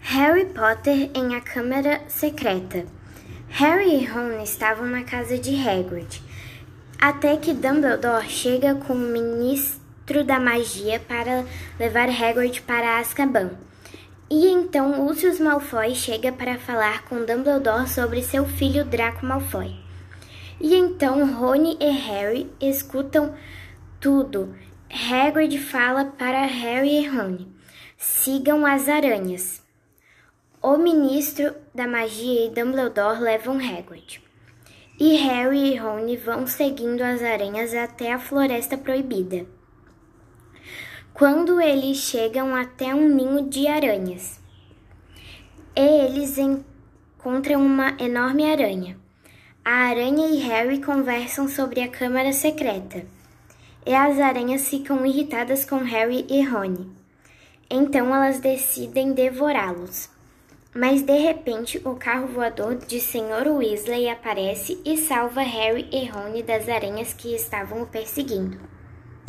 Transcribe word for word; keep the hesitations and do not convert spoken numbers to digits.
Harry Potter em A Câmara Secreta. Harry e Ron estavam na casa de Hagrid, até que Dumbledore chega com o Ministro da Magia para levar Hagrid para Azkaban. E então Lucius Malfoy chega para falar com Dumbledore sobre seu filho Draco Malfoy. E então Rony e Harry escutam tudo. Hagrid fala para Harry e Rony: sigam as aranhas. O Ministro da Magia e Dumbledore levam Hagrid. E Harry e Rony vão seguindo as aranhas até a Floresta Proibida. Quando eles chegam até um ninho de aranhas, eles encontram uma enorme aranha. A aranha e Harry conversam sobre a Câmara Secreta, e as aranhas ficam irritadas com Harry e Rony. Então elas decidem devorá-los. Mas de repente o carro voador de senhor Weasley aparece e salva Harry e Rony das aranhas que estavam o perseguindo.